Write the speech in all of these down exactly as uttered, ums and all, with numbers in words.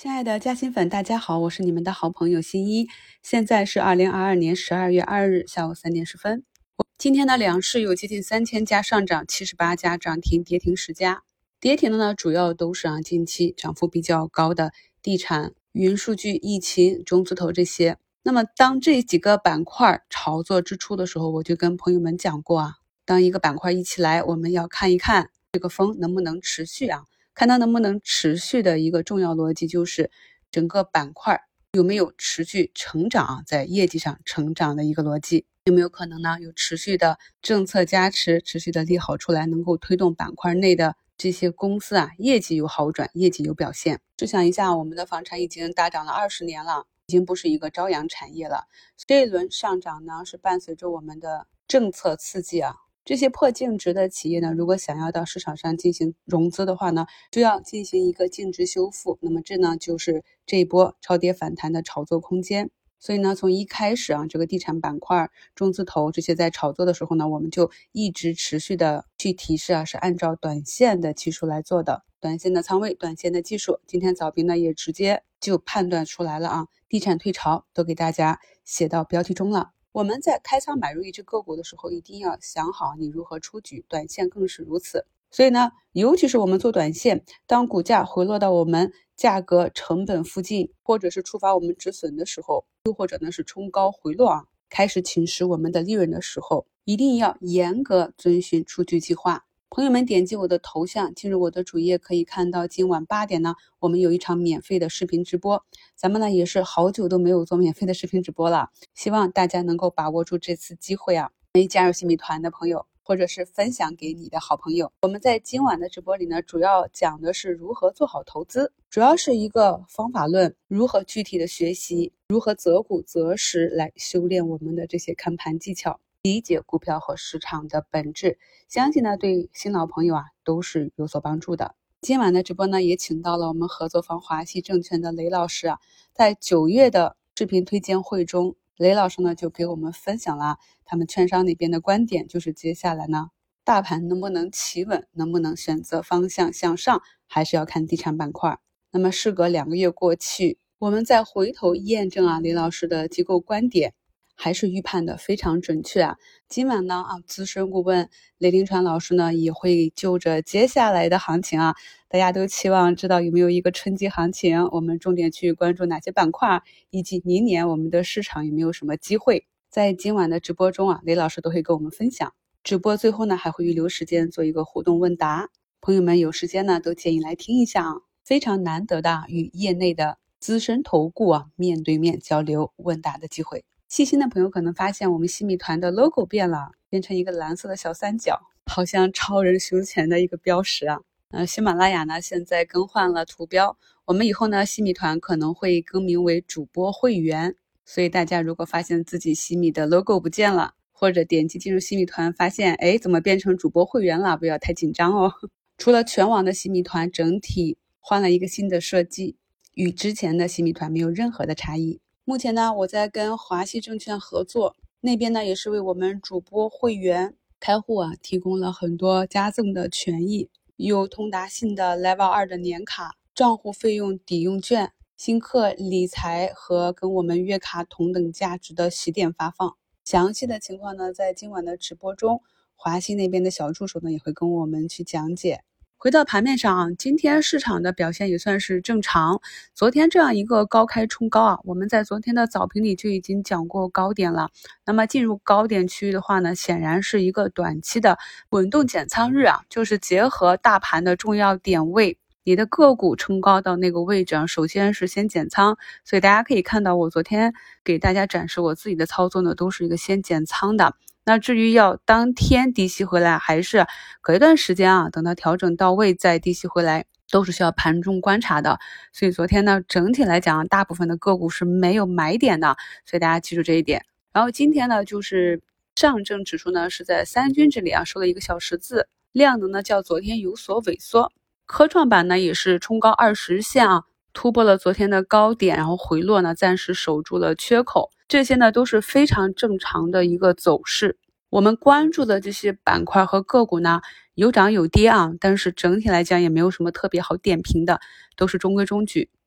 亲爱的嘉兴粉，大家好，我是你们的好朋友新一。现在是二零二二年十二月二日下午三点十分。今天的两市有接近三千家上涨，七十八家涨停，跌停十家。跌停的呢，主要都是啊近期涨幅比较高的地产、云数据、疫情、中字头这些。那么当这几个板块炒作之初的时候，我就跟朋友们讲过啊，当一个板块一起来，我们要看一看这个风能不能持续啊。看它能不能持续的一个重要逻辑就是整个板块有没有持续成长，在业绩上成长的一个逻辑，有没有可能呢？有持续的政策加持，持续的利好出来，能够推动板块内的这些公司啊业绩有好转，业绩有表现。试想一下，我们的房产已经大涨了二十年了，已经不是一个朝阳产业了。这一轮上涨呢，是伴随着我们的政策刺激啊。这些破净值的企业呢，如果想要到市场上进行融资的话呢，就要进行一个净值修复。那么这呢，就是这一波超跌反弹的炒作空间。所以呢，从一开始啊，这个地产板块、中字头这些在炒作的时候呢，我们就一直持续的去提示啊，是按照短线的技术来做的，短线的仓位、短线的技术。今天早评呢也直接就判断出来了啊，地产退潮都给大家写到标题中了。我们在开仓买入一只个股的时候，一定要想好你如何出局，短线更是如此。所以呢，尤其是我们做短线，当股价回落到我们价格成本附近，或者是触发我们止损的时候，又或者呢是冲高回落啊，开始侵蚀我们的利润的时候，一定要严格遵循出局计划。朋友们点击我的头像进入我的主页，可以看到今晚八点呢，我们有一场免费的视频直播。咱们呢也是好久都没有做免费的视频直播了，希望大家能够把握住这次机会啊！没加入新米团的朋友，或者是分享给你的好朋友。我们在今晚的直播里呢，主要讲的是如何做好投资，主要是一个方法论，如何具体的学习，如何择股择时来修炼我们的这些看盘技巧。理解股票和市场的本质，相信呢对新老朋友啊都是有所帮助的。今晚的直播呢也请到了我们合作方华西证券的雷老师啊，在九月的视频推荐会中，雷老师呢就给我们分享了他们券商那边的观点，就是接下来呢大盘能不能企稳，能不能选择方向向上，还是要看地产板块。那么事隔两个月过去，我们再回头验证啊雷老师的机构观点，还是预判的非常准确啊！今晚呢啊，资深顾问雷凌川老师呢也会就着接下来的行情啊，大家都期望知道有没有一个春季行情，我们重点去关注哪些板块，以及明年我们的市场有没有什么机会。在今晚的直播中啊，雷老师都会跟我们分享。直播最后呢还会预留时间做一个互动问答，朋友们有时间呢都建议来听一下啊，非常难得的与业内的资深投顾啊面对面交流问答的机会。细心的朋友可能发现我们新米团的 logo 变了，变成一个蓝色的小三角，好像超人胸前的一个标识啊。呃，喜马拉雅呢现在更换了图标，我们以后呢新米团可能会更名为主播会员，所以大家如果发现自己新米的 logo 不见了，或者点击进入新米团发现，哎，怎么变成主播会员了？不要太紧张哦。除了全网的新米团整体换了一个新的设计，与之前的新米团没有任何的差异。目前呢，我在跟华西证券合作，那边呢也是为我们主播会员开户啊提供了很多加赠的权益，有通达信的 Level 二的年卡、账户费用抵用券、新客理财和跟我们月卡同等价值的洗点发放。详细的情况呢，在今晚的直播中，华西那边的小助手呢也会跟我们去讲解。回到盘面上啊，今天市场的表现也算是正常。昨天这样一个高开冲高啊，我们在昨天的早评里就已经讲过高点了。那么进入高点区域的话呢，显然是一个短期的滚动减仓日啊，就是结合大盘的重要点位，你的个股冲高到那个位置啊，首先是先减仓。所以大家可以看到，我昨天给大家展示我自己的操作呢，都是一个先减仓的。那至于要当天低吸回来，还是隔一段时间啊，等到调整到位再低吸回来，都是需要盘中观察的。所以昨天呢，整体来讲，大部分的个股是没有买点的，所以大家记住这一点。然后今天呢，就是上证指数呢是在三均这里啊收了一个小十字，量能呢较昨天有所萎缩。科创板呢也是冲高二十线啊，突破了昨天的高点，然后回落呢暂时守住了缺口。这些呢都是非常正常的一个走势。我们关注的这些板块和个股呢，有涨有跌啊，但是整体来讲也没有什么特别好点评的，都是中规中矩。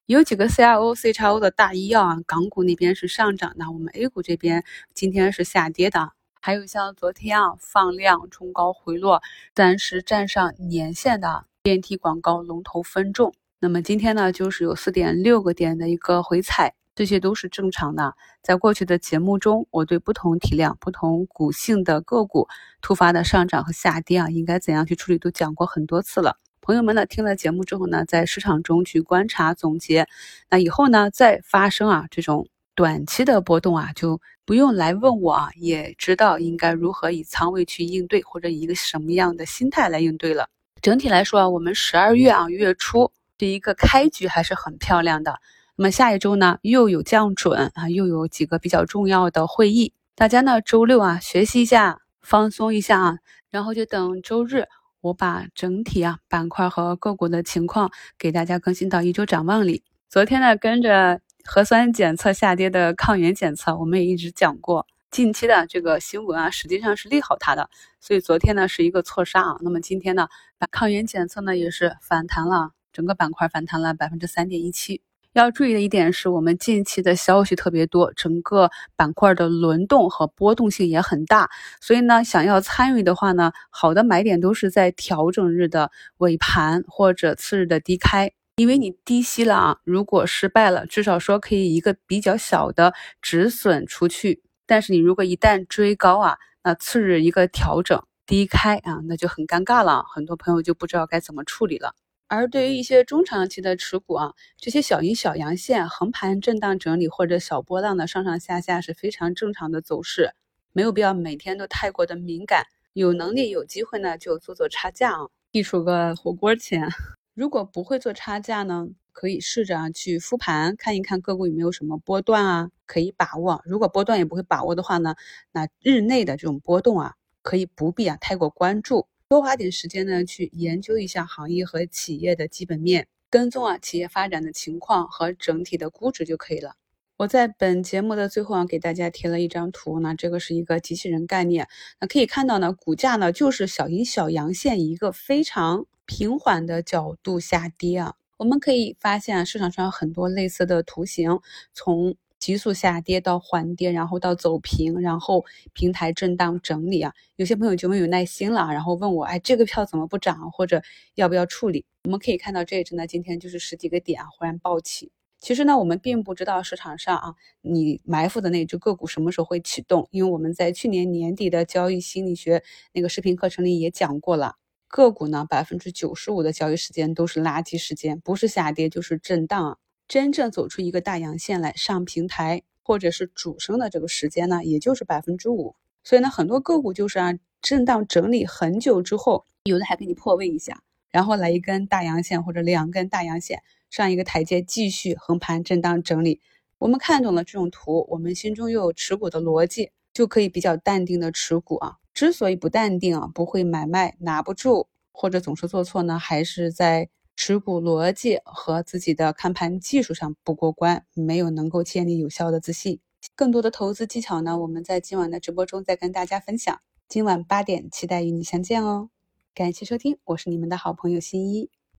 有几个 C R O、C X O 的大医药啊，港股那边是上涨的，我们 A 股这边今天是下跌的。还有像昨天啊放量冲高回落，暂时站上年线的电梯广告龙头分众。那么今天呢，就是有 四点六个点的一个回踩，这些都是正常的。在过去的节目中，我对不同体量、不同股性的个股突发的上涨和下跌啊，应该怎样去处理，都讲过很多次了。朋友们呢，听了节目之后呢，在市场中去观察总结，那以后呢，再发生啊这种短期的波动啊，就不用来问我啊，也知道应该如何以仓位去应对，或者以一个什么样的心态来应对了。整体来说啊，我们十二月啊月初这一个开局还是很漂亮的。那么下一周呢，又有降准啊，又有几个比较重要的会议，大家呢周六啊学习一下，放松一下啊，然后就等周日我把整体啊板块和个股的情况给大家更新到一周展望里。昨天呢，跟着核酸检测下跌的抗原检测，我们也一直讲过，近期的这个新闻啊，实际上是利好它的，所以昨天呢是一个错杀啊。那么今天呢，抗原检测呢也是反弹了，整个板块反弹了 百分之三点一七。要注意的一点是，我们近期的消息特别多，整个板块的轮动和波动性也很大，所以呢，想要参与的话呢，好的买点都是在调整日的尾盘或者次日的低开。因为你低吸了啊，如果失败了，至少说可以一个比较小的止损出去。但是你如果一旦追高啊，那次日一个调整低开啊，那就很尴尬了，很多朋友就不知道该怎么处理了。而对于一些中长期的持股啊，这些小阴小阳线、横盘震荡整理或者小波浪的上上下下是非常正常的走势，没有必要每天都太过的敏感。有能力有机会呢，就做做差价啊，避出个火锅钱。如果不会做差价呢，可以试着去复盘看一看个股有没有什么波段啊，可以把握。如果波段也不会把握的话呢，那日内的这种波动啊，可以不必啊太过关注，多花点时间呢去研究一下行业和企业的基本面，跟踪啊企业发展的情况和整体的估值就可以了。我在本节目的最后啊，给大家贴了一张图，那这个是一个机器人概念，那可以看到呢，股价呢就是小阴小阳线一个非常平缓的角度下跌啊。我们可以发现啊，市场上有很多类似的图形，从急速下跌到缓跌，然后到走平，然后平台震荡整理啊。有些朋友就没有耐心了，然后问我，哎，这个票怎么不涨，或者要不要处理？我们可以看到这一只呢，今天就是十几个点啊，忽然暴起。其实呢，我们并不知道市场上啊，你埋伏的那只个股什么时候会启动，因为我们在去年年底的交易心理学那个视频课程里也讲过了，个股呢 百分之九十五 的交易时间都是垃圾时间，不是下跌就是震荡啊。真正走出一个大阳线来上平台或者是主升的这个时间呢，也就是 百分之五。 所以呢，很多个股就是啊，震荡整理很久之后，有的还给你破位一下，然后来一根大阳线或者两根大阳线，上一个台阶继续横盘震荡整理。我们看懂了这种图，我们心中又有持股的逻辑，就可以比较淡定的持股啊。之所以不淡定啊，不会买卖拿不住或者总是做错呢，还是在持股逻辑和自己的看盘技术上不过关，没有能够建立有效的自信。更多的投资技巧呢，我们在今晚的直播中再跟大家分享。今晚八点期待与你相见哦。感谢收听，我是你们的好朋友新一。